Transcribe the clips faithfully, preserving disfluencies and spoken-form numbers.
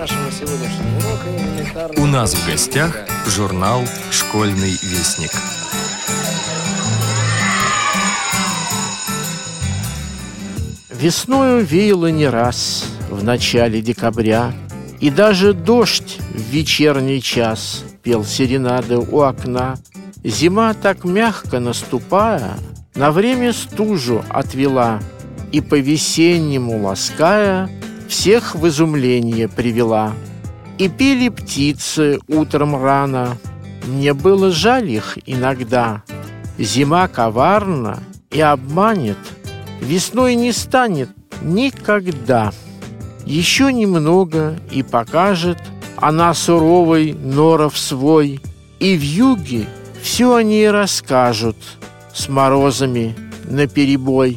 нашего сегодняшнего урока элементарно... У нас в гостях журнал «Школьный вестник». Весною веяло не раз в начале декабря, и даже дождь в вечерний час пел серенады у окна. Зима, так мягко наступая, на время стужу отвела и по-весеннему лаская всех в изумление привела. И пели птицы утром рано, мне было жаль их иногда. Зима коварна и обманет, весной не станет никогда. Еще немного и покажет она суровый норов свой, и вьюги все о ней расскажут с морозами наперебой.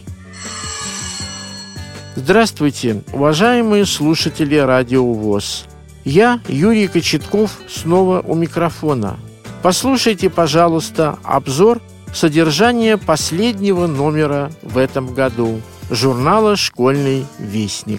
Здравствуйте, уважаемые слушатели Радио ВОС. Я, Юрий Кочетков, снова у микрофона. Послушайте, пожалуйста, обзор содержания последнего номера в этом году журнала «Школьный вестник».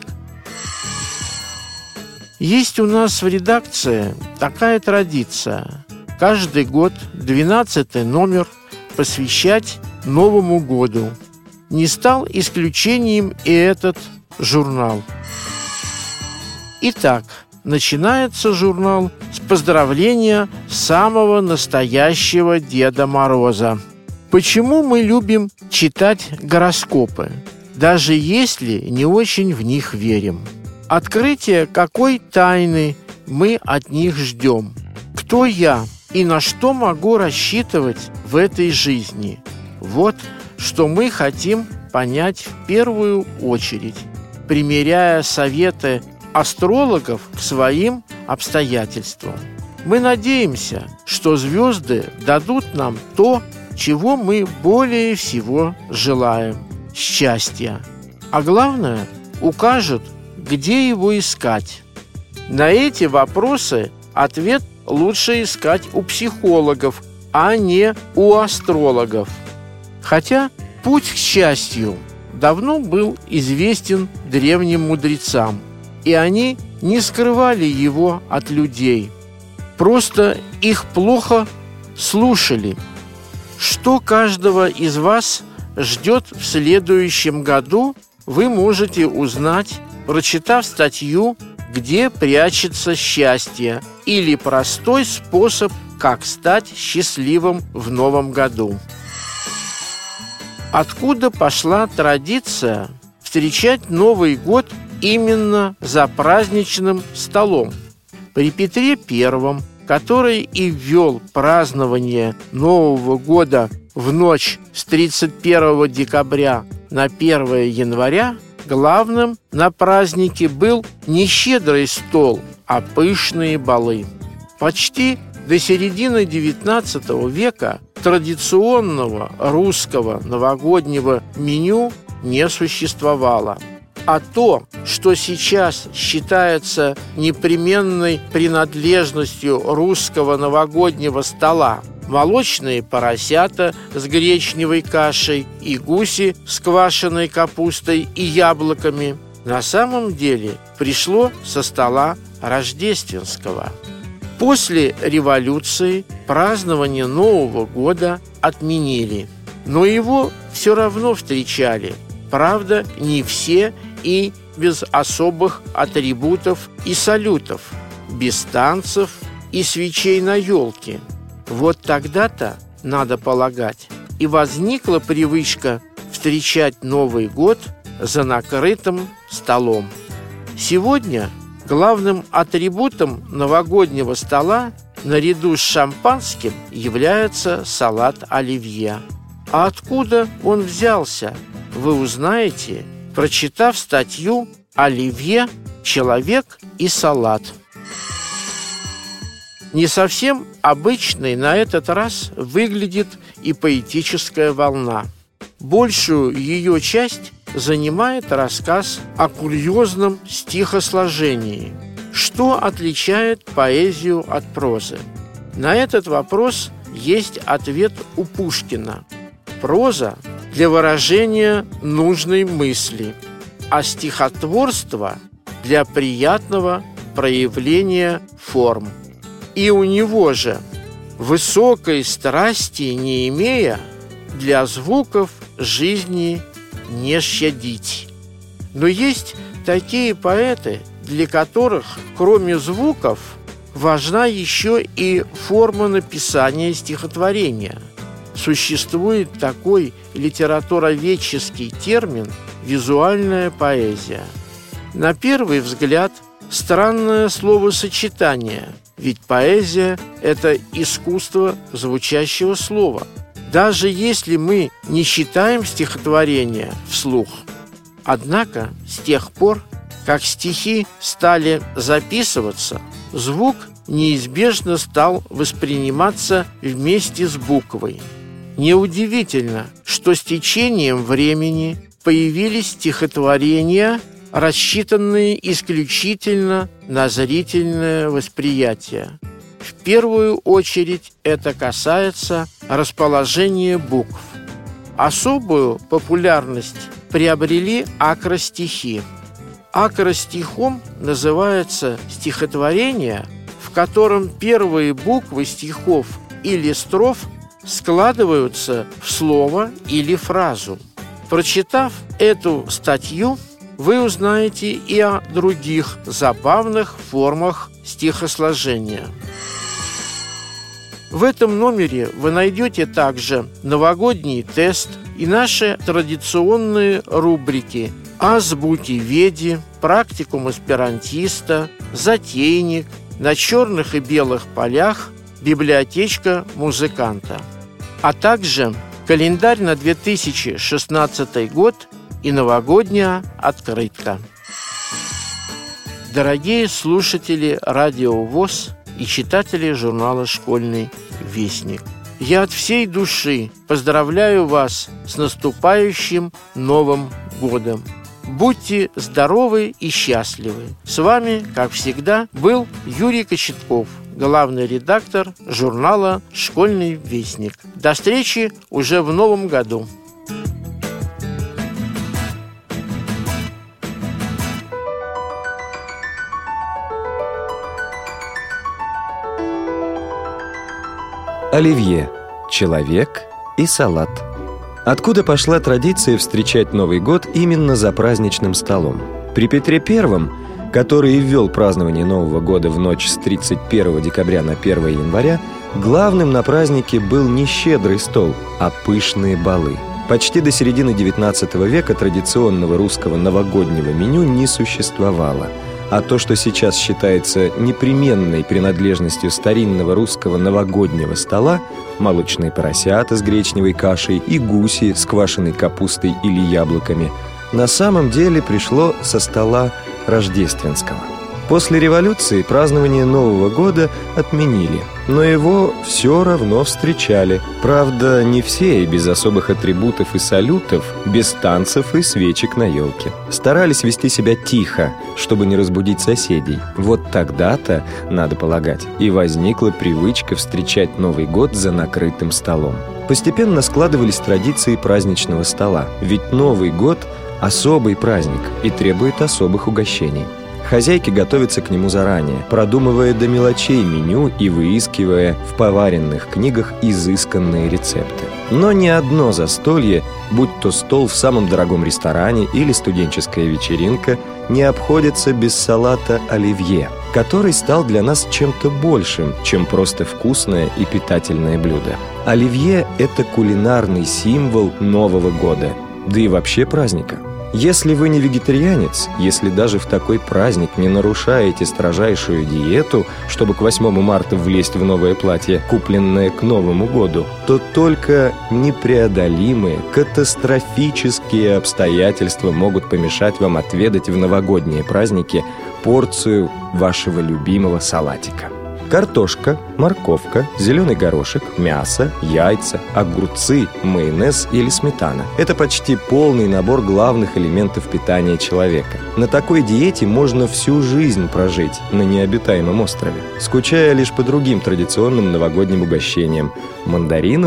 Есть у нас в редакции такая традиция – каждый год двенадцатый номер посвящать Новому году. Не стал исключением и этот журнал. Итак, начинается журнал с поздравления самого настоящего Деда Мороза. Почему мы любим читать гороскопы, даже если не очень в них верим? Открытие какой тайны мы от них ждем? Кто я и на что могу рассчитывать в этой жизни? Вот что мы хотим понять в первую очередь, примеряя советы астрологов к своим обстоятельствам. Мы надеемся, что звезды дадут нам то, чего мы более всего желаем – счастья. А главное, укажут, где его искать. На эти вопросы ответ лучше искать у психологов, а не у астрологов. Хотя путь к счастью давно был известен древним мудрецам, и они не скрывали его от людей. Просто их плохо слушали. Что каждого из вас ждет в следующем году, вы можете узнать, прочитав статью «Где прячется счастье» или «Простой способ, как стать счастливым в новом году». Откуда пошла традиция встречать Новый год именно за праздничным столом? При Петре Первом, который и ввел празднование Нового года в ночь с тридцать первого декабря на первое января, главным на празднике был не щедрый стол, а пышные балы. Почти до середины девятнадцатого века традиционного русского новогоднего меню не существовало. А то, что сейчас считается непременной принадлежностью русского новогоднего стола, молочные поросята с гречневой кашей и гуси с квашеной капустой и яблоками, на самом деле пришло со стола рождественского. После революции празднование Нового года отменили, но его все равно встречали, правда, не все и без особых атрибутов и салютов, без танцев и свечей на елке. Вот тогда-то, надо полагать, и возникла привычка встречать Новый год за накрытым столом. Сегодня главным атрибутом новогоднего стола наряду с шампанским является салат оливье. А откуда он взялся, вы узнаете, прочитав статью «Оливье. Человек и салат». Не совсем обычной на этот раз выглядит и поэтическая волна. Большую ее часть занимает рассказ о курьезном стихосложении. Что отличает поэзию от прозы? На этот вопрос есть ответ у Пушкина. Проза для выражения нужной мысли, а стихотворство для приятного проявления форм. И у него же, высокой страсти не имея, для звуков жизни не щадить. Но есть такие поэты, для которых, кроме звуков, важна еще и форма написания стихотворения. Существует такой литературоведческий термин «визуальная поэзия». На первый взгляд, странное словосочетание, ведь поэзия – это искусство звучащего слова. Даже если мы не читаем стихотворение вслух. Однако с тех пор, как стихи стали записываться, звук неизбежно стал восприниматься вместе с буквой. Неудивительно, что с течением времени появились стихотворения, рассчитанные исключительно на зрительное восприятие. В первую очередь это касается расположения букв. Особую популярность приобрели акростихи. Акростихом называется стихотворение, в котором первые буквы стихов или строф складываются в слово или фразу. Прочитав эту статью, вы узнаете и о других забавных формах стихосложения. В этом номере вы найдете также новогодний тест и наши традиционные рубрики «Азбуки-веди», «Практикум аспирантиста», «Затейник», «На черных и белых полях», «Библиотечка музыканта», а также календарь на две тысячи шестнадцатый год и новогодняя открытка. Дорогие слушатели Радио ВОС и читатели журнала «Школьный вестник», я от всей души поздравляю вас с наступающим Новым годом. Будьте здоровы и счастливы. С вами, как всегда, был Юрий Кочетков, главный редактор журнала «Школьный вестник». До встречи уже в новом году. Оливье. Человек и салат. Откуда пошла традиция встречать Новый год именно за праздничным столом? При Петре Первом, который ввел празднование Нового года в ночь с тридцать первого декабря на первое января, главным на празднике был не щедрый стол, а пышные балы. Почти до середины девятнадцатого века традиционного русского новогоднего меню не существовало. А то, что сейчас считается непременной принадлежностью старинного русского новогоднего стола – молочные поросята с гречневой кашей и гуси с квашеной капустой или яблоками – на самом деле пришло со стола рождественского. После революции празднование Нового года отменили, но его все равно встречали. Правда, не все и без особых атрибутов и салютов, без танцев и свечек на елке. Старались вести себя тихо, чтобы не разбудить соседей. Вот тогда-то, надо полагать, и возникла привычка встречать Новый год за накрытым столом. Постепенно складывались традиции праздничного стола, ведь Новый год – особый праздник и требует особых угощений. Хозяйки готовятся к нему заранее, продумывая до мелочей меню и выискивая в поваренных книгах изысканные рецепты. Но ни одно застолье, будь то стол в самом дорогом ресторане или студенческая вечеринка, не обходится без салата оливье, который стал для нас чем-то большим, чем просто вкусное и питательное блюдо. Оливье – это кулинарный символ Нового года, да и вообще праздника. Если вы не вегетарианец, если даже в такой праздник не нарушаете строжайшую диету, чтобы к восьмому марта влезть в новое платье, купленное к Новому году, то только непреодолимые, катастрофические обстоятельства могут помешать вам отведать в новогодние праздники порцию вашего любимого салатика. Картошка, морковка, зеленый горошек, мясо, яйца, огурцы, майонез или сметана – это почти полный набор главных элементов питания человека. На такой диете можно всю жизнь прожить на необитаемом острове, скучая лишь по другим традиционным новогодним угощениям – мандаринам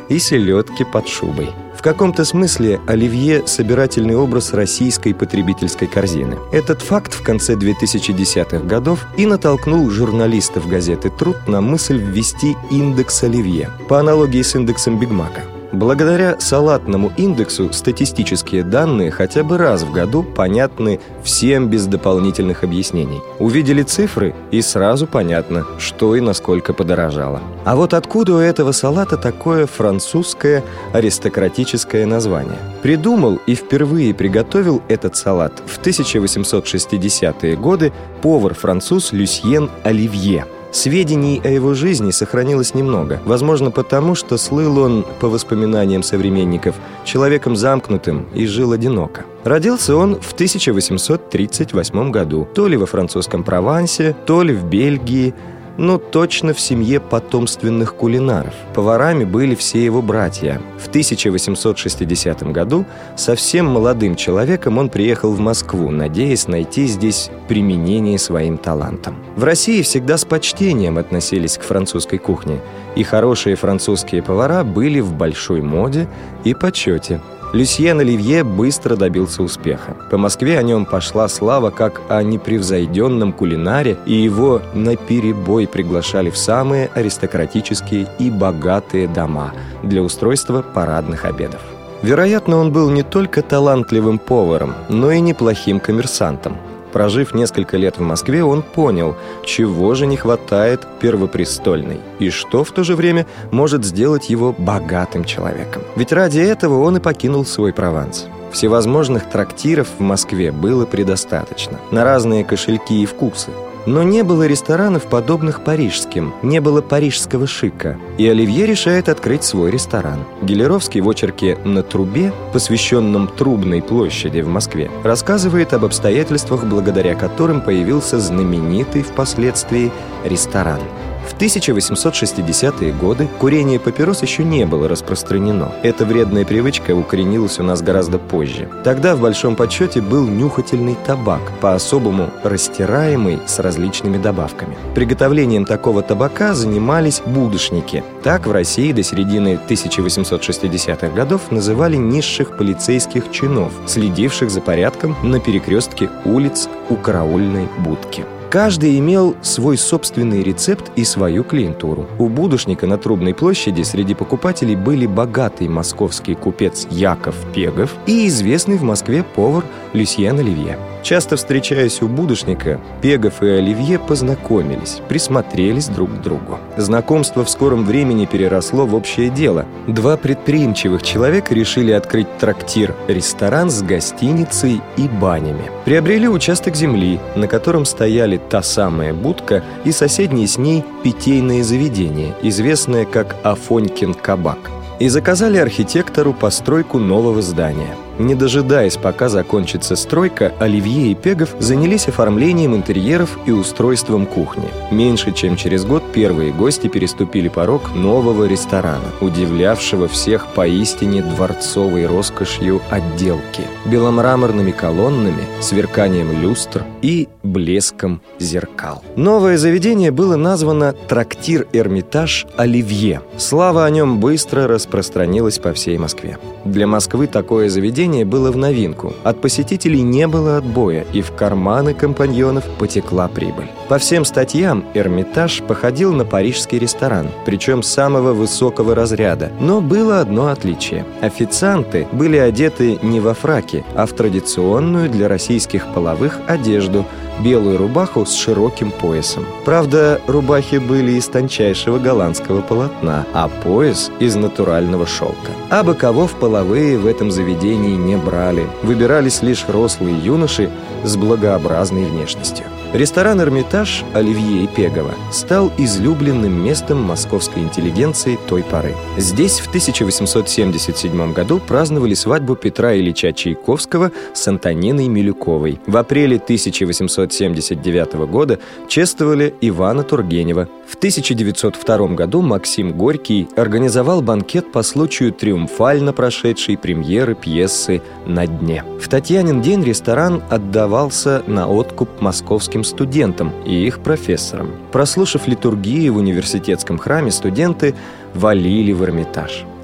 и селедки под шубой. В каком-то смысле оливье – собирательный образ российской потребительской корзины. Этот факт в конце две тысячи десятых годов и натолкнул журналистов газеты «Труд» на мысль ввести индекс оливье, по аналогии с индексом Биг Мака. Благодаря салатному индексу статистические данные хотя бы раз в году понятны всем без дополнительных объяснений. Увидели цифры, и сразу понятно, что и насколько подорожало. А вот откуда у этого салата такое французское аристократическое название? Придумал и впервые приготовил этот салат в тысяча восемьсот шестидесятые годы повар-француз Люсьен Оливье. Сведений о его жизни сохранилось немного. Возможно, потому что слыл он, по воспоминаниям современников, человеком замкнутым и жил одиноко. Родился он в тысяча восемьсот тридцать восьмом году, то ли во французском Провансе, то ли в Бельгии, но точно в семье потомственных кулинаров. Поварами были все его братья. В тысяча восемьсот шестидесятом году совсем молодым человеком он приехал в Москву, надеясь найти здесь применение своим талантам. В России всегда с почтением относились к французской кухне, и хорошие французские повара были в большой моде и почете. Люсьен Оливье быстро добился успеха. По Москве о нем пошла слава как о непревзойденном кулинаре, и его наперебой приглашали в самые аристократические и богатые дома для устройства парадных обедов. Вероятно, он был не только талантливым поваром, но и неплохим коммерсантом. Прожив несколько лет в Москве, он понял, чего же не хватает первопрестольной и что в то же время может сделать его богатым человеком. Ведь ради этого он и покинул свой Прованс. Всевозможных трактиров в Москве было предостаточно, на разные кошельки и вкусы. Но не было ресторанов, подобных парижским, не было парижского шика. И Оливье решает открыть свой ресторан. Гелеровский в очерке «На трубе», посвященном Трубной площади в Москве, рассказывает об обстоятельствах, благодаря которым появился знаменитый впоследствии ресторан. В тысяча восемьсот шестидесятые годы курение папирос еще не было распространено. Эта вредная привычка укоренилась у нас гораздо позже. Тогда в большом почете был нюхательный табак, по-особому растираемый с различными добавками. Приготовлением такого табака занимались будочники. Так в России до середины тысяча восемьсот шестидесятых годов называли низших полицейских чинов, следивших за порядком на перекрестке улиц у караульной будки. Каждый имел свой собственный рецепт и свою клиентуру. У будушника на Трубной площади среди покупателей были богатый московский купец Яков Пегов и известный в Москве повар Люсьен Оливье. Часто встречаясь у будушника, Пегов и Оливье познакомились, присмотрелись друг к другу. Знакомство в скором времени переросло в общее дело. Два предприимчивых человека решили открыть трактир-ресторан с гостиницей и банями. Приобрели участок земли, на котором стояли та самая будка и соседнее с ней питейное заведение, известное как Афонькин кабак. И заказали архитектору постройку нового здания. Не дожидаясь, пока закончится стройка, Оливье и Пегов занялись оформлением интерьеров и устройством кухни. Меньше чем через год первые гости переступили порог нового ресторана, удивлявшего всех поистине дворцовой роскошью отделки, беломраморными колоннами, сверканием люстр и блеском зеркал. Новое заведение было названо «Трактир Эрмитаж Оливье». Слава о нем быстро распространилась по всей Москве. Для Москвы такое заведение было в новинку. От посетителей не было отбоя, и в карманы компаньонов потекла прибыль. По всем статьям Эрмитаж походил на парижский ресторан, причем самого высокого разряда. Но было одно отличие. Официанты были одеты не во фраки, а в традиционную для российских половых одежду – белую рубаху с широким поясом. Правда, рубахи были из тончайшего голландского полотна, а пояс – из натурального шелка. А боковов половые в этом заведении не брали. Выбирались лишь рослые юноши с благообразной внешностью. Ресторан «Эрмитаж» Оливье и Пегова стал излюбленным местом московской интеллигенции той поры. Здесь в тысяча восемьсот семьдесят седьмом году праздновали свадьбу Петра Ильича Чайковского с Антониной Милюковой. В апреле тысяча восемьсот семьдесят девятого года чествовали Ивана Тургенева. В тысяча девятьсот втором году Максим Горький организовал банкет по случаю триумфально прошедшей премьеры пьесы «На дне». В Татьянин день ресторан отдавался на откуп московским студентам и их профессорам. Прослушав литургию в университетском храме, студенты валили в Эрмитаж.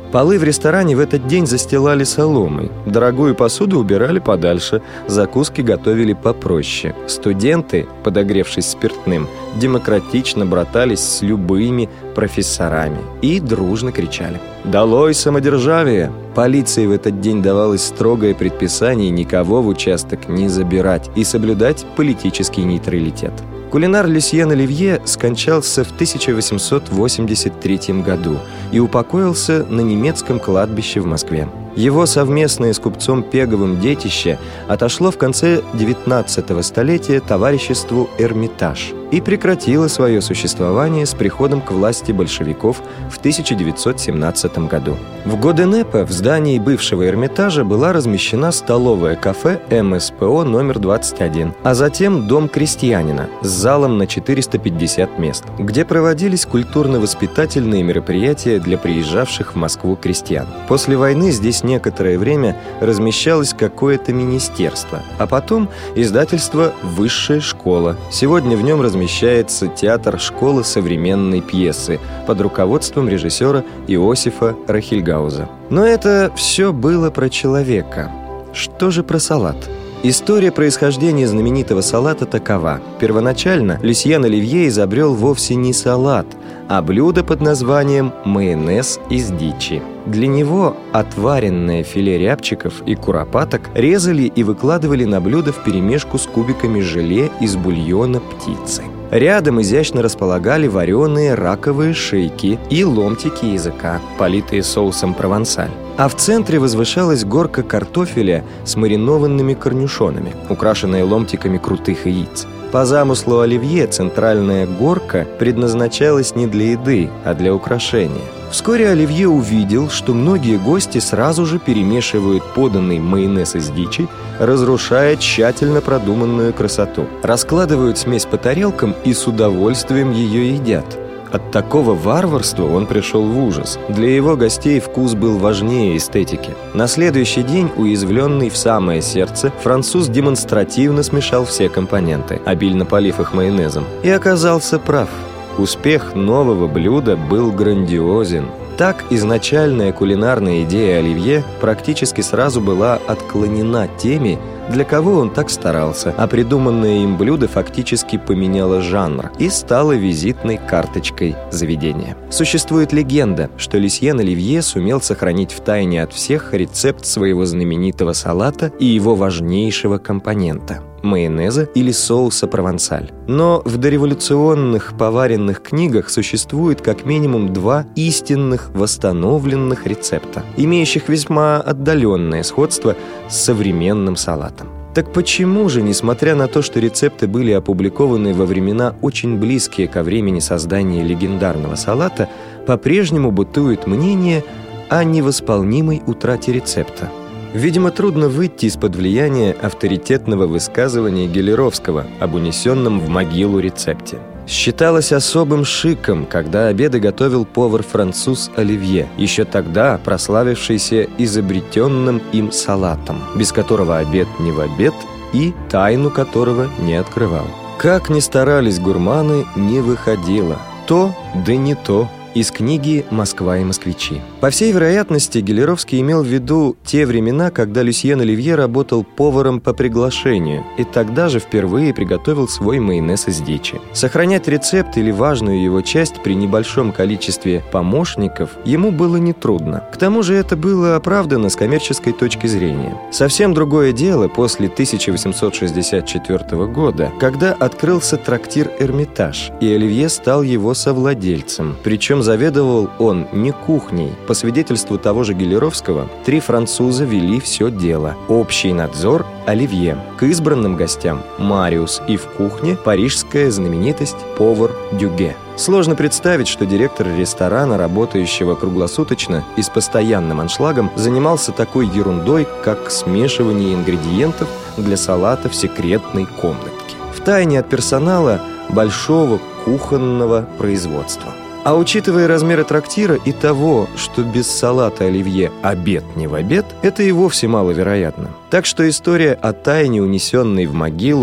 Полы в ресторане в этот день застилали соломой, дорогую посуду убирали подальше, закуски готовили попроще. Студенты, подогревшись спиртным, демократично братались с любыми профессорами и дружно кричали: «Долой самодержавие!». Полиции в этот день давалось строгое предписание никого в участок не забирать и соблюдать политический нейтралитет. Кулинар Люсьен Оливье скончался в тысяча восемьсот восемьдесят третьем году и упокоился на немецком кладбище в Москве. Его совместное с купцом Пеговым детище отошло в конце девятнадцатого столетия товариществу «Эрмитаж» и прекратило свое существование с приходом к власти большевиков в тысяча девятьсот семнадцатом году. В годы НЭПа в здании бывшего Эрмитажа была размещена столовая кафе эм эс пэ о номер двадцать один, а затем Дом крестьянина с залом на четыреста пятьдесят мест, где проводились культурно-воспитательные мероприятия для приезжавших в Москву крестьян. После войны здесь некоторое время размещалось какое-то министерство, а потом издательство «Высшая школа». Сегодня в нем размещается театр «Школа современной пьесы» под руководством режиссера Иосифа Рахельгауза. Но это все было про человека. Что же про салат? История происхождения знаменитого салата такова. Первоначально Люсьен Оливье изобрел вовсе не салат, а блюдо под названием майонез из дичи. Для него отваренное филе рябчиков и куропаток резали и выкладывали на блюдо вперемешку с кубиками желе из бульона птицы. Рядом изящно располагали вареные раковые шейки и ломтики языка, политые соусом провансаль. А в центре возвышалась горка картофеля с маринованными корнишонами, украшенная ломтиками крутых яиц. По замыслу Оливье центральная горка предназначалась не для еды, а для украшения. Вскоре Оливье увидел, что многие гости сразу же перемешивают поданный майонез из дичи, разрушая тщательно продуманную красоту. Раскладывают смесь по тарелкам и с удовольствием ее едят. От такого варварства он пришел в ужас. Для его гостей вкус был важнее эстетики. На следующий день, уязвленный в самое сердце, француз демонстративно смешал все компоненты, обильно полив их майонезом, и оказался прав. Успех нового блюда был грандиозен. Так изначальная кулинарная идея Оливье практически сразу была отклонена теми, для кого он так старался, а придуманное им блюдо фактически поменяло жанр и стало визитной карточкой заведения. Существует легенда, что Люсьен Оливье сумел сохранить в тайне от всех рецепт своего знаменитого салата и его важнейшего компонента – майонеза или соуса провансаль. Но в дореволюционных поваренных книгах существует как минимум два истинных восстановленных рецепта, имеющих весьма отдаленное сходство с современным салатом. Так почему же, несмотря на то, что рецепты были опубликованы во времена, очень близкие ко времени создания легендарного салата, по-прежнему бытует мнение о невосполнимой утрате рецепта? Видимо, трудно выйти из-под влияния авторитетного высказывания Гелеровского об унесенном в могилу рецепте. Считалось особым шиком, когда обеды готовил повар-француз Оливье, еще тогда прославившийся изобретенным им салатом, без которого обед не в обед и тайну которого не открывал. Как ни старались гурманы, не выходило. То, да не то. Из книги «Москва и москвичи». По всей вероятности, Гелеровский имел в виду те времена, когда Люсьен Оливье работал поваром по приглашению и тогда же впервые приготовил свой майонез из дичи. Сохранять рецепт или важную его часть при небольшом количестве помощников ему было нетрудно. К тому же это было оправдано с коммерческой точки зрения. Совсем другое дело после тысяча восемьсот шестьдесят четвёртого года, когда открылся трактир «Эрмитаж», и Оливье стал его совладельцем. Причем заведовал он не кухней. По свидетельству того же Гелеровского, три француза вели все дело. Общий надзор – Оливье. К избранным гостям – Мариус. И в кухне – парижская знаменитость повар Дюге. Сложно представить, что директор ресторана, работающего круглосуточно и с постоянным аншлагом, занимался такой ерундой, как смешивание ингредиентов для салата в секретной комнатке, втайне от персонала большого кухонного производства. А учитывая размеры трактира и того, что без салата Оливье обед не в обед, это и вовсе маловероятно. Так что история о тайне, унесенной в могилу,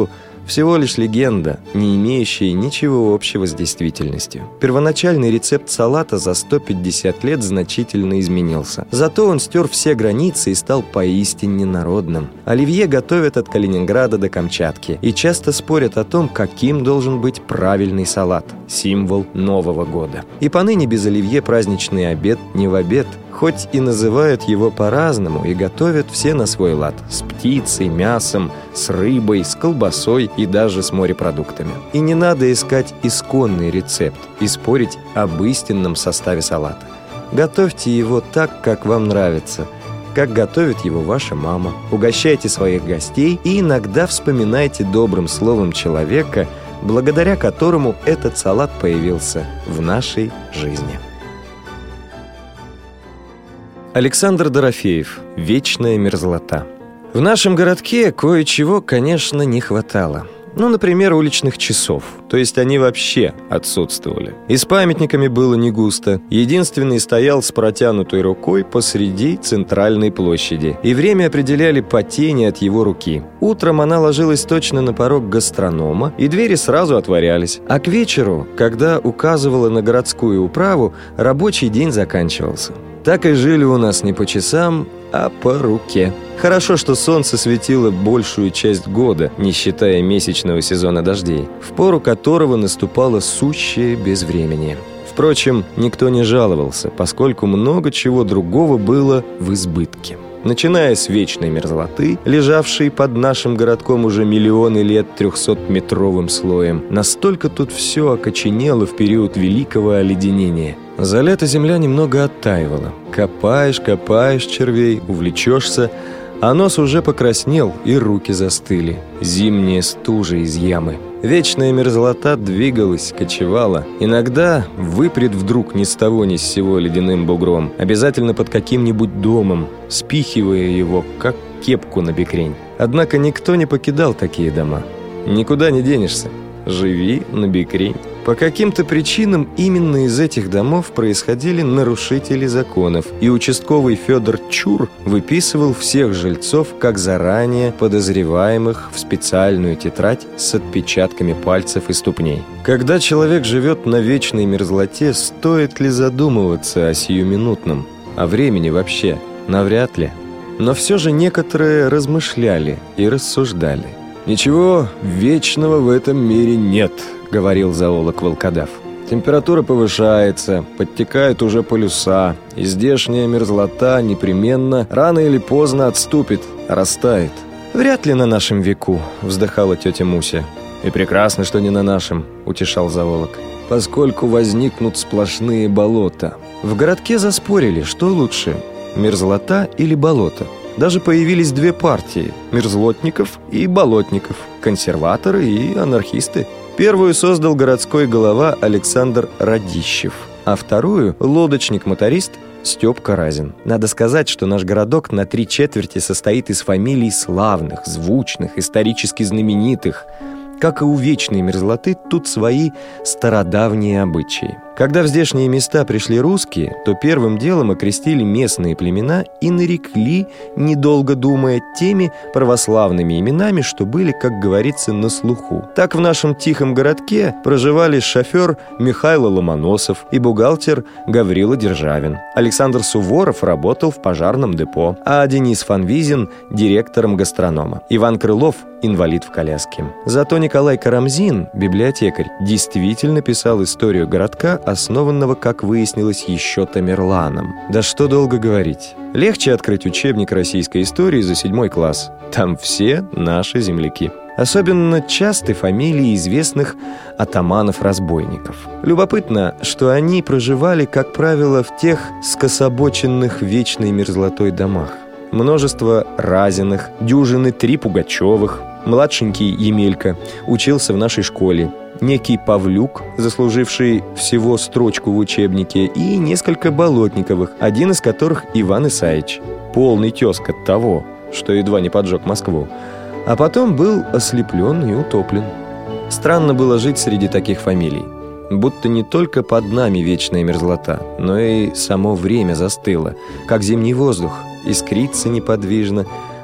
Всего лишь легенда, не имеющая ничего общего с действительностью. Первоначальный рецепт салата за сто пятьдесят лет значительно изменился. Зато он стер все границы и стал поистине народным. Оливье готовят от Калининграда до Камчатки и часто спорят о том, каким должен быть правильный салат – символ Нового года. И поныне без оливье праздничный обед не в обед. Хоть и называют его по-разному и готовят все на свой лад – с птицей, мясом, с рыбой, с колбасой и даже с морепродуктами. И не надо искать исконный рецепт и спорить об истинном составе салата. Готовьте его так, как вам нравится, как готовит его ваша мама. Угощайте своих гостей и иногда вспоминайте добрым словом человека, благодаря которому этот салат появился в нашей жизни. Александр Дорофеев. «Вечная мерзлота». В нашем городке кое-чего, конечно, не хватало. Ну, например, уличных часов. То есть они вообще отсутствовали. И с памятниками было не густо. Единственный стоял с протянутой рукой посреди центральной площади. И время определяли по тени от его руки. Утром она ложилась точно на порог гастронома, и двери сразу отворялись. А к вечеру, когда указывала на городскую управу, рабочий день заканчивался. Так и жили у нас не по часам, а по руке. Хорошо, что солнце светило большую часть года, не считая месячного сезона дождей, в пору которого наступало сущее безвременье. Впрочем, никто не жаловался, поскольку много чего другого было в избытке. Начиная с вечной мерзлоты, лежавшей под нашим городком уже миллионы лет трехсотметровым слоем, настолько тут все окоченело в период великого оледенения. За лето земля немного оттаивала. Копаешь, копаешь червей, увлечешься, а нос уже покраснел и руки застыли. Зимняя стужа из ямы. Вечная мерзлота двигалась, кочевала. Иногда выпрет вдруг ни с того ни с сего ледяным бугром, обязательно под каким-нибудь домом, спихивая его, как кепку на бекрень. Однако никто не покидал такие дома. Никуда не денешься. Живи на бекрень. По каким-то причинам именно из этих домов происходили нарушители законов, и участковый Федор Чур выписывал всех жильцов как заранее подозреваемых в специальную тетрадь с отпечатками пальцев и ступней. Когда человек живет на вечной мерзлоте, стоит ли задумываться о сиюминутном, о времени вообще? Навряд ли. Но все же некоторые размышляли и рассуждали. «Ничего вечного в этом мире нет», — говорил зоолог Волкодав. «Температура повышается, подтекают уже полюса, и здешняя мерзлота непременно рано или поздно отступит, растает». «Вряд ли на нашем веку», — вздыхала тетя Муся. «И прекрасно, что не на нашем», — утешал зоолог, «поскольку возникнут сплошные болота». В городке заспорили, что лучше, мерзлота или болото. Даже появились две партии – мерзлотников и болотников, консерваторы и анархисты. Первую создал городской голова Александр Радищев, а вторую – лодочник-моторист Степка Разин. Надо сказать, что наш городок на три четверти состоит из фамилий славных, звучных, исторически знаменитых. Как и у вечной мерзлоты, тут свои стародавние обычаи. Когда в здешние места пришли русские, то первым делом окрестили местные племена и нарекли, недолго думая, теми православными именами, что были, как говорится, на слуху. Так в нашем тихом городке проживали шофер Михайло Ломоносов и бухгалтер Гаврила Державин. Александр Суворов работал в пожарном депо, а Денис Фанвизин – директором гастронома. Иван Крылов – инвалид в коляске. Зато Николай Карамзин, библиотекарь, действительно писал историю городка, основанного, как выяснилось, еще Тамерланом. Да что долго говорить. Легче открыть учебник российской истории за седьмой класс. Там все наши земляки. Особенно часты фамилии известных атаманов-разбойников. Любопытно, что они проживали, как правило, в тех скособоченных вечной мерзлотой домах. Множество Разиных, дюжины три Пугачевых. Младшенький Емелька учился в нашей школе. Некий Павлюк, заслуживший всего строчку в учебнике, и несколько Болотниковых, один из которых Иван Исаевич, полный тезка того, что едва не поджег Москву, а потом был ослеплен и утоплен. Странно было жить среди таких фамилий. Будто не только под нами вечная мерзлота, но и само время застыло, как зимний воздух, искрится неподвижно,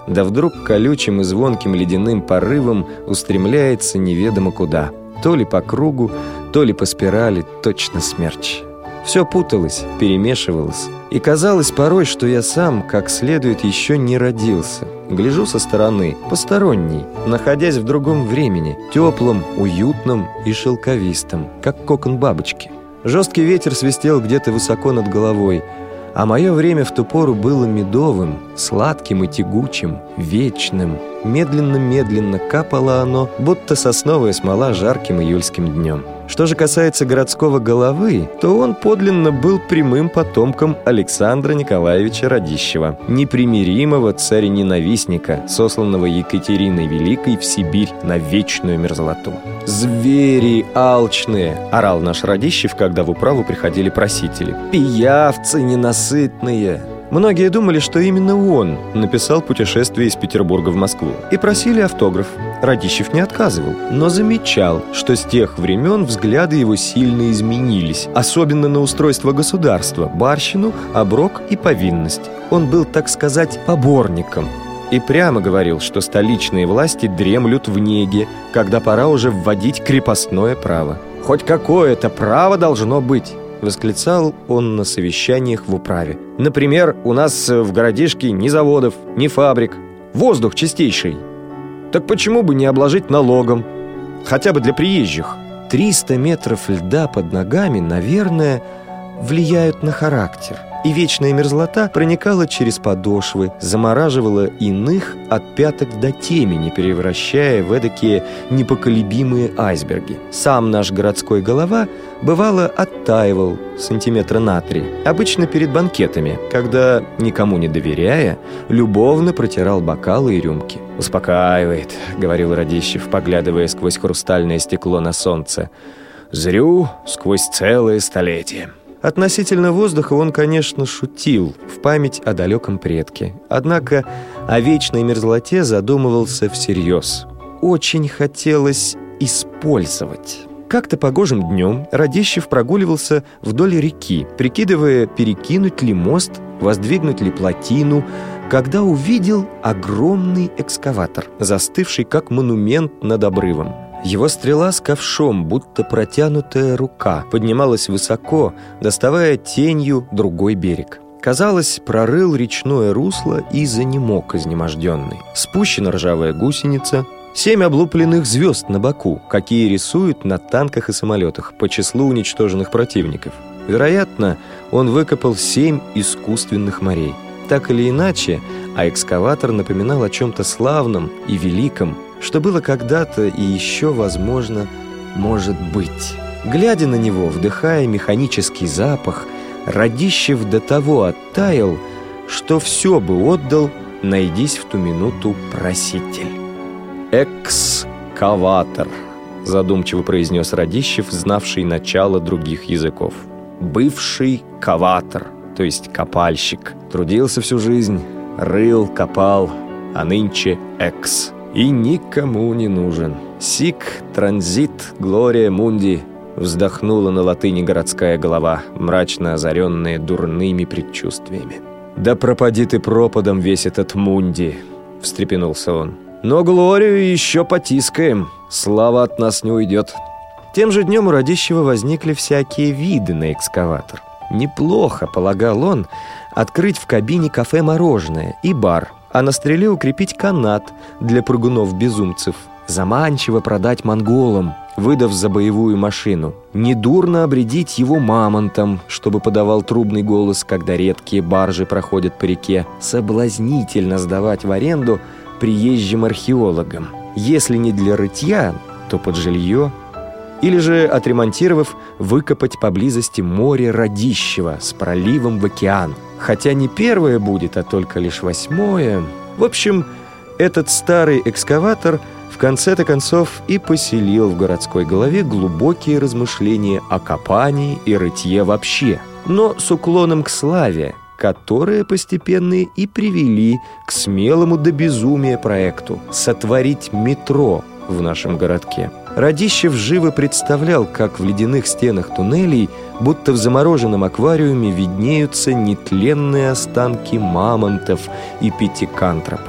да вдруг колючим и звонким ледяным порывом устремляется неведомо куда. То ли по кругу, то ли по спирали, точно смерч. Все путалось, перемешивалось, и казалось порой, что я сам как следует еще не родился. Гляжу со стороны, посторонний, находясь в другом времени, теплом, уютном и шелковистом, как кокон бабочки. Жесткий ветер свистел где-то высоко над головой, а мое время в ту пору было медовым, сладким и тягучим, вечным. Медленно-медленно капало оно, будто сосновая смола жарким июльским днем. Что же касается городского головы, то он подлинно был прямым потомком Александра Николаевича Радищева, непримиримого царя-ненавистника, сосланного Екатериной Великой в Сибирь на вечную мерзлоту. «Звери алчные!» – орал наш Радищев, когда в управу приходили просители. «Пиявцы ненасытные!» Многие думали, что именно он написал «Путешествие из Петербурга в Москву» и просили автограф. Радищев не отказывал, но замечал, что с тех времен взгляды его сильно изменились, особенно на устройство государства, барщину, оброк и повинность. Он был, так сказать, поборником и прямо говорил, что столичные власти дремлют в неге, когда пора уже вводить крепостное право. «Хоть какое-то право должно быть!» — восклицал он на совещаниях в управе. «Например, у нас в городишке ни заводов, ни фабрик, воздух чистейший. Так почему бы не обложить налогом? Хотя бы для приезжих». Триста метров льда под ногами, наверное, влияют на характер. И вечная мерзлота проникала через подошвы, замораживала иных от пяток до темени, превращая в эдакие непоколебимые айсберги. Сам наш городской голова, бывало, оттаивал сантиметра на три, обычно перед банкетами, когда, никому не доверяя, любовно протирал бокалы и рюмки. «Успокаивает», — говорил Радищев, поглядывая сквозь хрустальное стекло на солнце. «Зрю сквозь целое столетие». Относительно воздуха он, конечно, шутил в память о далеком предке. Однако о вечной мерзлоте задумывался всерьез. Очень хотелось использовать. Как-то погожим днем Радищев прогуливался вдоль реки, прикидывая, перекинуть ли мост, воздвигнуть ли плотину, когда увидел огромный экскаватор, застывший как монумент над обрывом. Его стрела с ковшом, будто протянутая рука, поднималась высоко, доставая тенью другой берег. Казалось, прорыл речное русло и занемог изнеможденный. Спущена ржавая гусеница, семь облупленных звезд на боку, какие рисуют на танках и самолетах по числу уничтоженных противников. Вероятно, он выкопал семь искусственных морей. Так или иначе, а экскаватор напоминал о чем-то славном и великом, что было когда-то и еще, возможно, может быть. Глядя на него, вдыхая механический запах, Радищев до того оттаял, что все бы отдал, найдись в ту минуту проситель. «Экскаватор», — задумчиво произнес Радищев, знавший начало других языков. «Бывший каватор, то есть копальщик. Трудился всю жизнь, рыл, копал, а нынче экс. И никому не нужен. Сик транзит глория мунди», вздохнула на латыни городская голова, мрачно озаренная дурными предчувствиями. «Да пропади ты пропадом весь этот мунди», — встрепенулся он. «Но глорию еще потискаем, слава от нас не уйдет». Тем же днем у Радищева возникли всякие виды на экскаватор. Неплохо, полагал он, открыть в кабине кафе мороженое и бар, а на стреле укрепить канат для прыгунов-безумцев. Заманчиво продать монголам, выдав за боевую машину. Недурно обрядить его мамонтом, чтобы подавал трубный голос, когда редкие баржи проходят по реке. Соблазнительно сдавать в аренду приезжим археологам. Если не для рытья, то под жилье. Или же, отремонтировав, выкопать поблизости море Радищева с проливом в океан. Хотя не первое будет, а только лишь восьмое. В общем, этот старый экскаватор в конце-то концов и поселил в городской голове глубокие размышления о копании и рытье вообще, но с уклоном к славе, которые постепенно и привели к смелому до безумия проекту сотворить метро в нашем городке. Радищев живо представлял, как в ледяных стенах туннелей, будто в замороженном аквариуме, виднеются нетленные останки мамонтов и пятикантропов.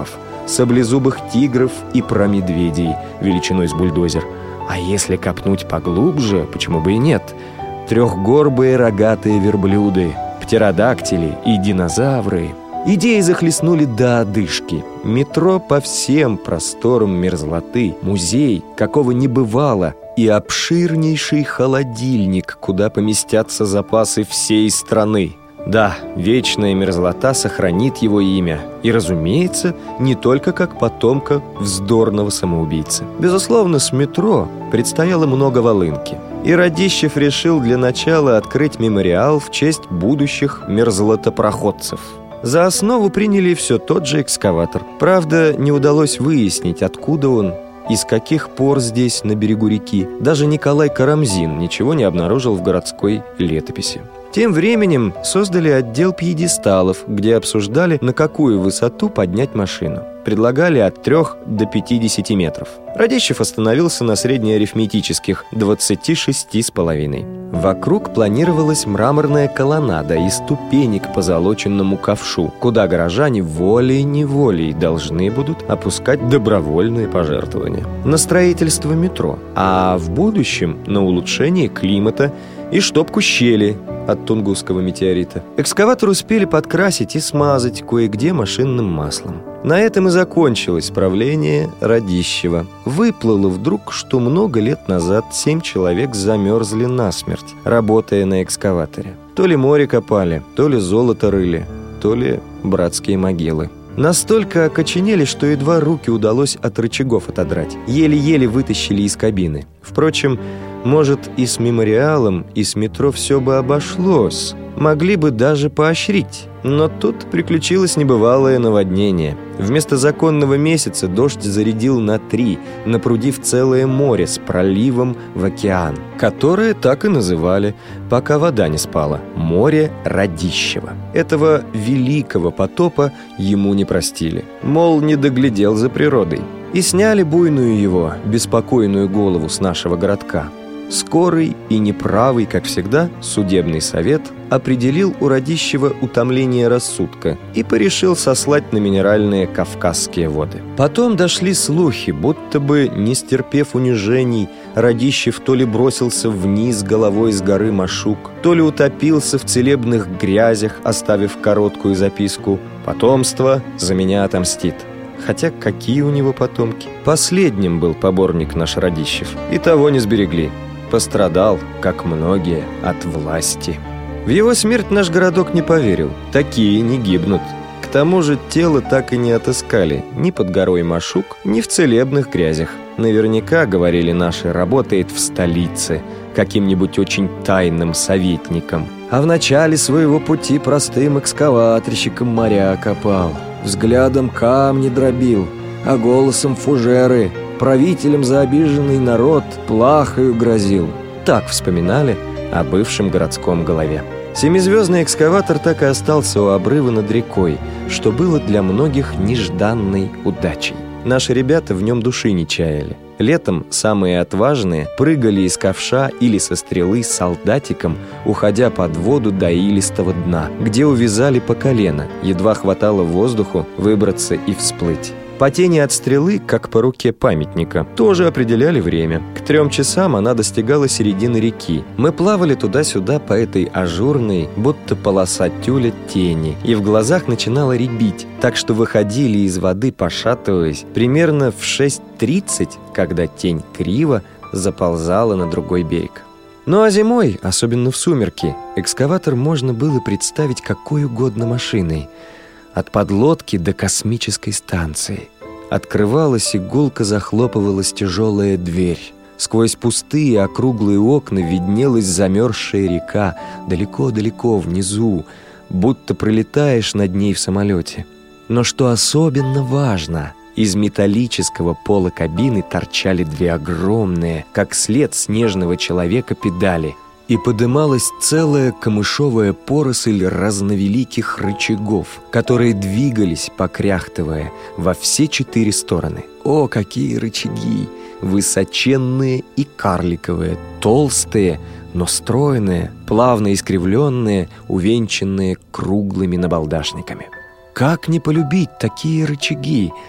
саблезубых тигров и про медведей величиной с бульдозер. А если копнуть поглубже, почему бы и нет? Трехгорбые рогатые верблюды, птеродактили и динозавры. Идеи захлестнули до одышки. Метро по всем просторам мерзлоты, музей, какого не бывало, и обширнейший холодильник, куда поместятся запасы всей страны. Да, вечная мерзлота сохранит его имя. И, разумеется, не только как потомка вздорного самоубийцы. Безусловно, с метро предстояло много волынки. И Радищев решил для начала открыть мемориал в честь будущих мерзлотопроходцев. За основу приняли все тот же экскаватор. Правда, не удалось выяснить, откуда он и с каких пор здесь, на берегу реки. Даже Николай Карамзин ничего не обнаружил в городской летописи. Тем временем создали отдел пьедесталов, где обсуждали, на какую высоту поднять машину. Предлагали от трёх до пятидесяти метров. Радищев остановился на среднеарифметических двадцати шести с половиной. Вокруг планировалась мраморная колоннада и ступени к позолоченному ковшу, куда горожане волей-неволей должны будут опускать добровольные пожертвования. На строительство метро, а в будущем на улучшение климата и штопку щели от Тунгусского метеорита. Экскаватор успели подкрасить и смазать кое-где машинным маслом. На этом и закончилось правление Радищева. Выплыло вдруг, что много лет назад семь человек замерзли насмерть, работая на экскаваторе. То ли море копали, то ли золото рыли, то ли братские могилы. Настолько окоченели, что едва руки удалось от рычагов отодрать. Еле-еле вытащили из кабины. Впрочем, может, и с мемориалом, и с метро все бы обошлось. Могли бы даже поощрить. Но тут приключилось небывалое наводнение. Вместо законного месяца дождь зарядил на три, напрудив целое море с проливом в океан, которое так и называли, пока вода не спала, море Радищева. Этого великого потопа ему не простили. Мол, не доглядел за природой. И сняли буйную его, беспокойную голову с нашего городка. Скорый и неправый, как всегда, судебный совет определил у Радищева утомление рассудка и порешил сослать на минеральные Кавказские воды. Потом дошли слухи, будто бы, не стерпев унижений, Радищев то ли бросился вниз головой с горы Машук, то ли утопился в целебных грязях, оставив короткую записку: «Потомство за меня отомстит». Хотя какие у него потомки? Последним был поборник наш Радищев, и того не сберегли. Пострадал, как многие, от власти. В его смерть наш городок не поверил. Такие не гибнут. К тому же тело так и не отыскали ни под горой Машук, ни в целебных грязях. Наверняка, говорили наши, работает в столице каким-нибудь очень тайным советником. А в начале своего пути простым экскаваторщиком моря копал, взглядом камни дробил, а голосом фужеры правителям за обиженный народ плахою грозил. Так вспоминали о бывшем городском голове. Семизвездный экскаватор так и остался у обрыва над рекой, что было для многих нежданной удачей. Наши ребята в нем души не чаяли. Летом самые отважные прыгали из ковша или со стрелы солдатиком, уходя под воду до илистого дна, где увязали по колено, едва хватало воздуху выбраться и всплыть. По тени от стрелы, как по руке памятника, тоже определяли время. К трем часам она достигала середины реки. Мы плавали туда-сюда по этой ажурной, будто полоса тюля, тени, и в глазах начинало рябить, так что выходили из воды, пошатываясь, примерно в шесть тридцать, когда тень криво заползала на другой берег. Ну а зимой, особенно в сумерки, экскаватор можно было представить какой угодно машиной. От подлодки до космической станции. Открывалась и гулко захлопывалась тяжелая дверь. Сквозь пустые округлые окна виднелась замерзшая река, далеко-далеко внизу, будто пролетаешь над ней в самолете. Но что особенно важно, из металлического пола кабины торчали две огромные, как след снежного человека, педали, и подымалась целая камышовая поросль разновеликих рычагов, которые двигались, покряхтывая, во все четыре стороны. О, какие рычаги! Высоченные и карликовые, толстые, но стройные, плавно искривленные, увенчанные круглыми набалдашниками. Как не полюбить такие рычаги?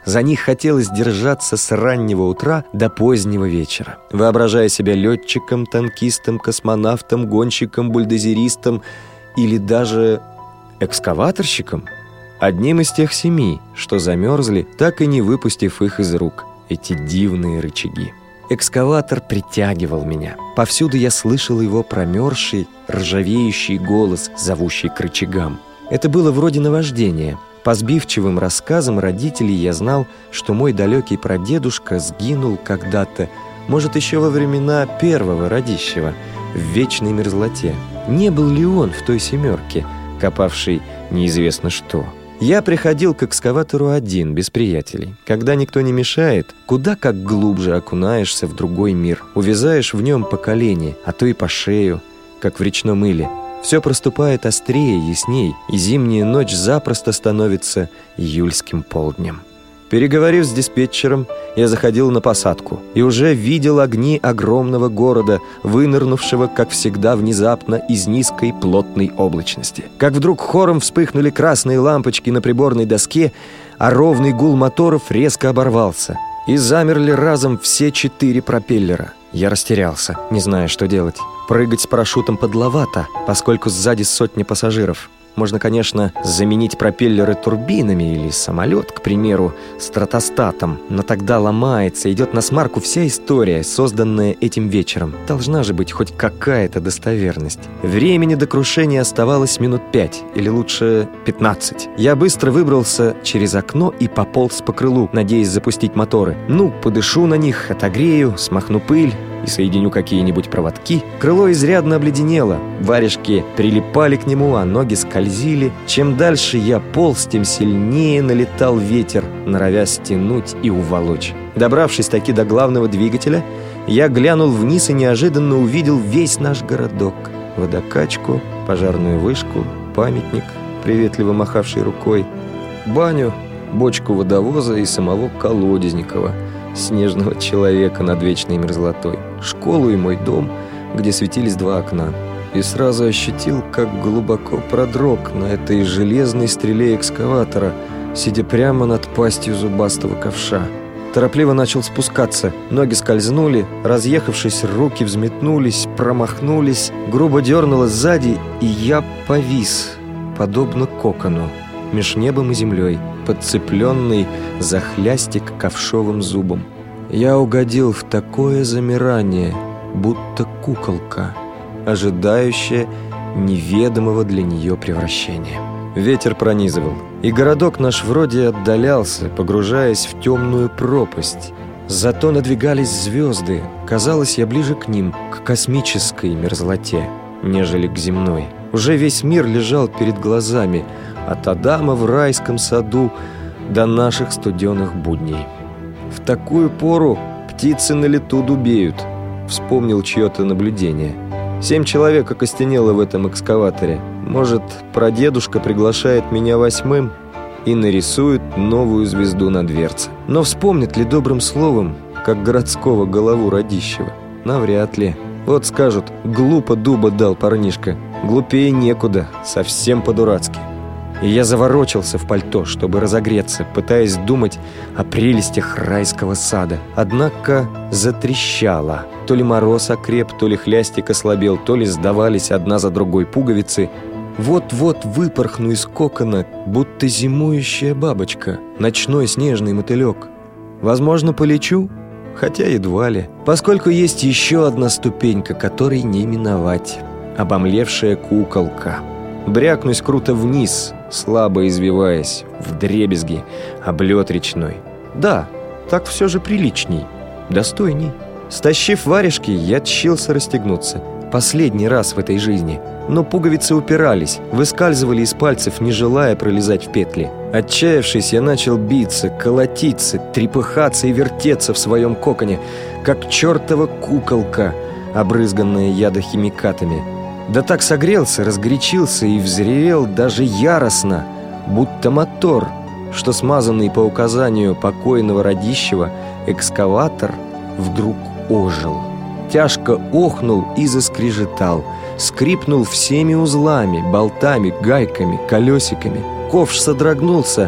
За них хотелось держаться с раннего утра до позднего вечера. Воображая себя летчиком, танкистом, космонавтом, гонщиком, бульдозеристом или даже экскаваторщиком, одним из тех семи, что замерзли, так и не выпустив их из рук, эти дивные рычаги. Экскаватор притягивал меня. Повсюду я слышал его промерзший, ржавеющий голос, зовущий к рычагам. Это было вроде наваждения. По сбивчивым рассказам родителей я знал, что мой далекий прадедушка сгинул когда-то, может, еще во времена первого родищего, в вечной мерзлоте. Не был ли он в той семерке, копавшей неизвестно что? Я приходил к экскаватору один, без приятелей. Когда никто не мешает, куда как глубже окунаешься в другой мир. Увязаешь в нем по колени, а то и по шею, как в речном мыле. Все проступает острее, ясней, и зимняя ночь запросто становится июльским полднем. Переговорив с диспетчером, я заходил на посадку и уже видел огни огромного города, вынырнувшего, как всегда, внезапно из низкой плотной облачности. Как вдруг хором вспыхнули красные лампочки на приборной доске, а ровный гул моторов резко оборвался. И замерли разом все четыре пропеллера. Я растерялся, не зная, что делать. Прыгать с парашютом подловато, поскольку сзади сотни пассажиров. Можно, конечно, заменить пропеллеры турбинами или самолет, к примеру, стратостатом, но тогда ломается, идет на смарку вся история, созданная этим вечером. Должна же быть хоть какая-то достоверность. Времени до крушения оставалось минут пять, или лучше пятнадцать. Я быстро выбрался через окно и пополз по крылу, надеясь запустить моторы. Ну, подышу на них, отогрею, смахну пыль и соединю какие-нибудь проводки. Крыло изрядно обледенело, варежки прилипали к нему, а ноги скользили. Чем дальше я полз, тем сильнее налетал ветер, норовя стянуть и уволочь. Добравшись таки до главного двигателя, я глянул вниз и неожиданно увидел весь наш городок. Водокачку, пожарную вышку, памятник, приветливо махавший рукой, баню, бочку водовоза и самого Колодезникова, снежного человека над вечной мерзлотой, школу и мой дом, где светились два окна. И сразу ощутил, как глубоко продрог на этой железной стреле экскаватора, сидя прямо над пастью зубастого ковша. Торопливо начал спускаться, ноги скользнули, разъехавшись, руки взметнулись, промахнулись, грубо дернуло сзади, и я повис, подобно кокону, меж небом и землей, подцепленный за хлястик ковшовым зубом. Я угодил в такое замирание, будто куколка, ожидающая неведомого для нее превращения. Ветер пронизывал, и городок наш вроде отдалялся, погружаясь в темную пропасть. Зато надвигались звезды. Казалось, я ближе к ним, к космической мерзлоте, нежели к земной. Уже весь мир лежал перед глазами, от Адама в райском саду до наших студеных будней. В такую пору птицы на лету дубеют, вспомнил чье-то наблюдение. Семь человек окостенело в этом экскаваторе. Может, прадедушка приглашает меня восьмым и нарисует новую звезду на дверце. Но вспомнит ли добрым словом, как городского голову родищего? Навряд ли. Вот скажут: глупо дуба дал парнишка. Глупее некуда, совсем по-дурацки. И я заворочился в пальто, чтобы разогреться, пытаясь думать о прелестях райского сада. Однако затрещало. То ли мороз окреп, то ли хлястик ослабел, то ли сдавались одна за другой пуговицы. Вот-вот выпорхну из кокона, будто зимующая бабочка, ночной снежный мотылек. Возможно, полечу, хотя едва ли, поскольку есть еще одна ступенька, которой не миновать. Обомлевшая куколка. Брякнусь круто вниз, слабо извиваясь, вдребезги, об лед речной. Да, так все же приличней, достойней. Стащив варежки, я тщился расстегнуться. Последний раз в этой жизни. Но пуговицы упирались, выскальзывали из пальцев, не желая пролезать в петли. Отчаявшись, я начал биться, колотиться, трепыхаться и вертеться в своем коконе, как чертова куколка, обрызганная ядохимикатами. Да так согрелся, разгорячился и взревел даже яростно, будто мотор, что смазанный по указанию покойного родищего экскаватор вдруг ожил. Тяжко охнул и заскрежетал, скрипнул всеми узлами, болтами, гайками, колесиками. Ковш содрогнулся,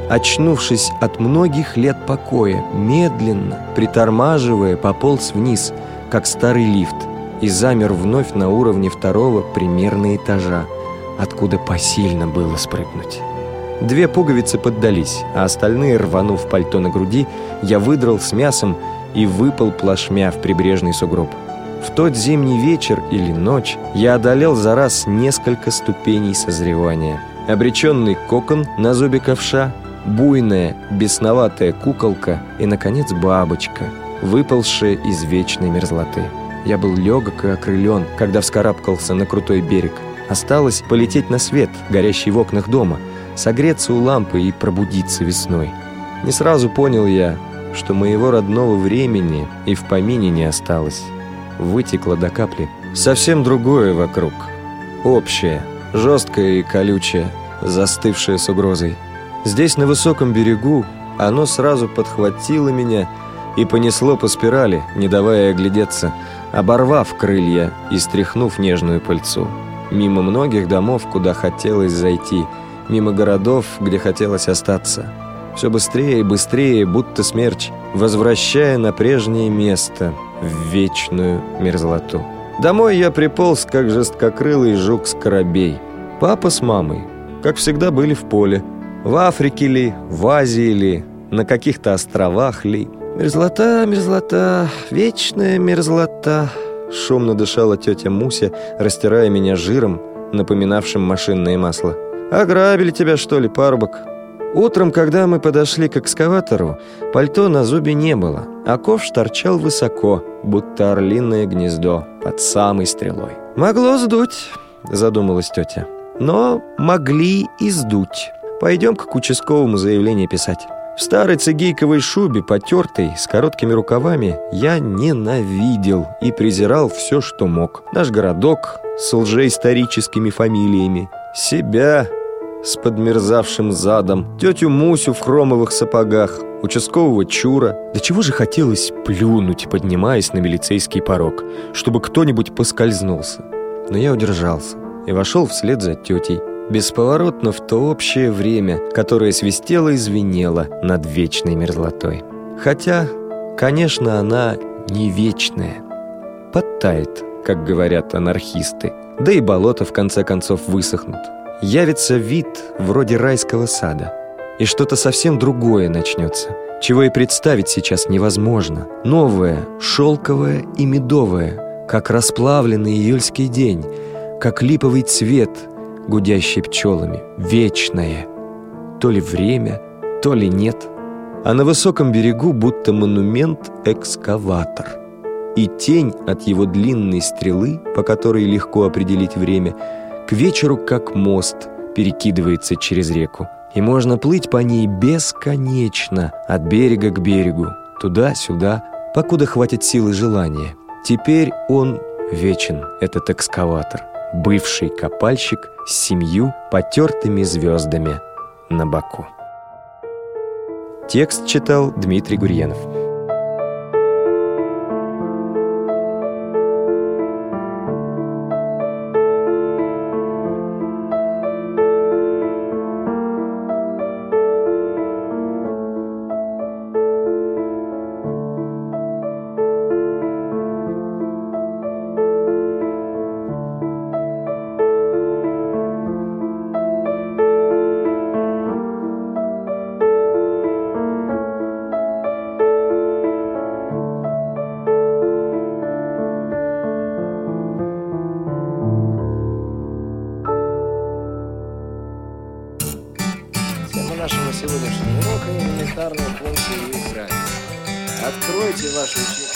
очнувшись от многих лет покоя, медленно, притормаживая, пополз вниз, как старый лифт, и замер вновь на уровне второго примерно этажа, откуда посильно было спрыгнуть. Две пуговицы поддались, а остальные, рванув пальто на груди, я выдрал с мясом и выпал плашмя в прибрежный сугроб. В тот зимний вечер или ночь я одолел за раз несколько ступеней созревания. Обреченный кокон на зубе ковша, буйная, бесноватая куколка и, наконец, бабочка, выползшая из вечной мерзлоты. Я был легок и окрылен, когда вскарабкался на крутой берег. Осталось полететь на свет, горящий в окнах дома, согреться у лампы и пробудиться весной. Не сразу понял я, что моего родного времени и в помине не осталось. Вытекло до капли совсем другое вокруг. Общее, жесткое и колючее, застывшее с угрозой. Здесь, на высоком берегу, оно сразу подхватило меня и понесло по спирали, не давая оглядеться, оборвав крылья и стряхнув нежную пыльцу. Мимо многих домов, куда хотелось зайти, мимо городов, где хотелось остаться. Все быстрее и быстрее, будто смерч, возвращая на прежнее место, в вечную мерзлоту. Домой я приполз, как жесткокрылый жук-скоробей. Папа с мамой, как всегда, были в поле. В Африке ли, в Азии ли, на каких-то островах ли. Мерзлота, мерзлота, вечная мерзлота. Шумно дышала тетя Муся, растирая меня жиром, напоминавшим машинное масло. «Ограбили тебя, что ли, парубок?» Утром, когда мы подошли к экскаватору, пальто на зубе не было, а ковш торчал высоко, будто орлиное гнездо, под самой стрелой. «Могло сдуть», — задумалась тетя. «Но могли и сдуть. Пойдем-ка к участковому заявление писать». В старой цигейковой шубе, потертой, с короткими рукавами, я ненавидел и презирал все, что мог. Наш городок с лжеисторическими фамилиями, себя с подмерзавшим задом, тетю Мусю в хромовых сапогах, участкового чура. До чего же хотелось плюнуть, поднимаясь на милицейский порог, чтобы кто-нибудь поскользнулся. Но я удержался и вошел вслед за тетей, бесповоротно в то общее время, которое свистело и звенело над вечной мерзлотой. Хотя, конечно, она не вечная. Подтает, как говорят анархисты, да и болота в конце концов высохнут. Явится вид вроде райского сада, и что-то совсем другое начнется, чего и представить сейчас невозможно. Новое, шелковое и медовое, как расплавленный июльский день, как липовый цвет, гудящий пчелами, вечное. То ли время, то ли нет. А на высоком берегу будто монумент экскаватор. И тень от его длинной стрелы, по которой легко определить время, к вечеру как мост перекидывается через реку. И можно плыть по ней бесконечно, от берега к берегу, туда-сюда, покуда хватит силы желания. Теперь он вечен, этот экскаватор. Бывший копальщик с семью потертыми звездами на боку. Текст читал Дмитрий Гурьянов. Нашего сегодняшнего урока элементарная функция и грань. Откройте ваши учебники.